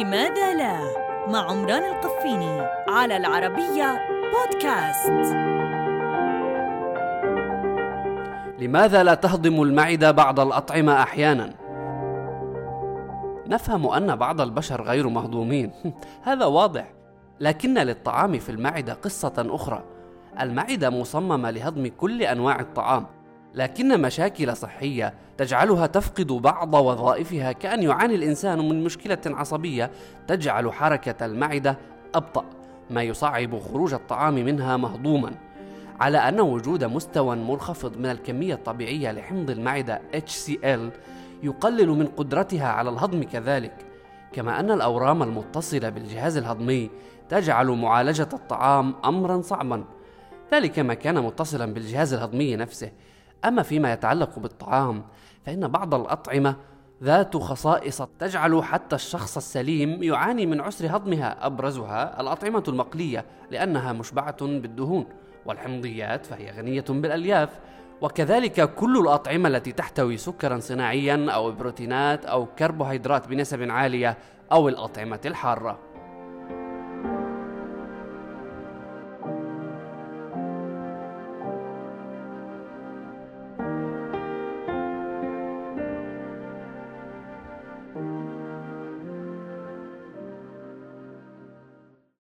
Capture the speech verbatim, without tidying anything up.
لماذا لا؟ مع عمران القفيني على العربية بودكاست. لماذا لا تهضم المعدة بعض الأطعمة أحياناً؟ نفهم أن بعض البشر غير مهضومين هذا واضح، لكن للطعام في المعدة قصة أخرى. المعدة مصممة لهضم كل أنواع الطعام، لكن مشاكل صحية تجعلها تفقد بعض وظائفها، كأن يعاني الإنسان من مشكلة عصبية تجعل حركة المعدة أبطأ، ما يصعب خروج الطعام منها مهضوما. على أن وجود مستوى منخفض من الكمية الطبيعية لحمض المعدة إتش سي إل يقلل من قدرتها على الهضم كذلك، كما أن الأورام المتصلة بالجهاز الهضمي تجعل معالجة الطعام أمرا صعبا، ذلك ما كان متصلا بالجهاز الهضمي نفسه. أما فيما يتعلق بالطعام فإن بعض الأطعمة ذات خصائص تجعل حتى الشخص السليم يعاني من عسر هضمها. أبرزها الأطعمة المقلية لأنها مشبعة بالدهون، والحمضيات فهي غنية بالألياف، وكذلك كل الأطعمة التي تحتوي سكرا صناعيا أو بروتينات أو كربوهيدرات بنسب عالية أو الأطعمة الحارة.